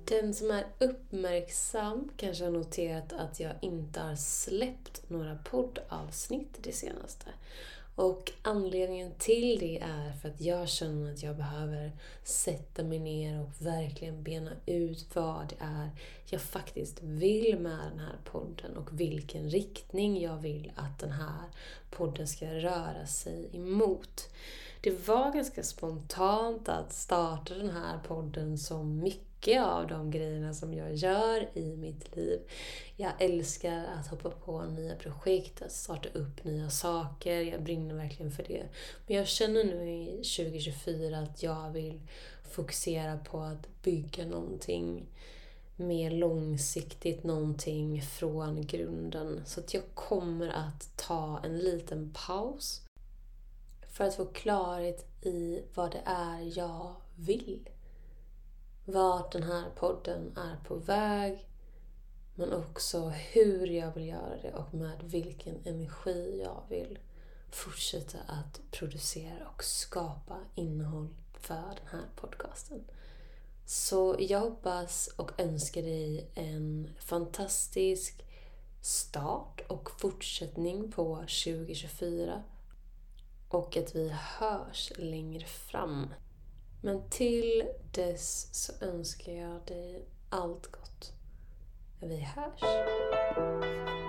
Den som är uppmärksam kanske har noterat att jag inte har släppt några poddavsnitt det senaste. Och anledningen till det är för att jag känner att jag behöver sätta mig ner och verkligen bena ut vad det är jag faktiskt vill med den här podden och vilken riktning jag vill att den här podden ska röra sig emot. Det var ganska spontant att starta den här podden som mycket av de grejerna som jag gör i mitt liv. Jag älskar att hoppa på nya projekt, att starta upp nya saker. Jag brinner verkligen för det. Men jag känner nu i 2024 att jag vill fokusera på att bygga någonting mer långsiktigt, någonting från grunden. Så att jag kommer att ta en liten paus för att få klarhet i vad det är jag vill. Vart den här podden är på väg. Men också hur jag vill göra det och med vilken energi jag vill fortsätta att producera och skapa innehåll för den här podcasten. Så jag hoppas och önskar dig en fantastisk start och fortsättning på 2024. Och att vi hörs längre fram. Men till dess så önskar jag dig allt gott. Vi hörs.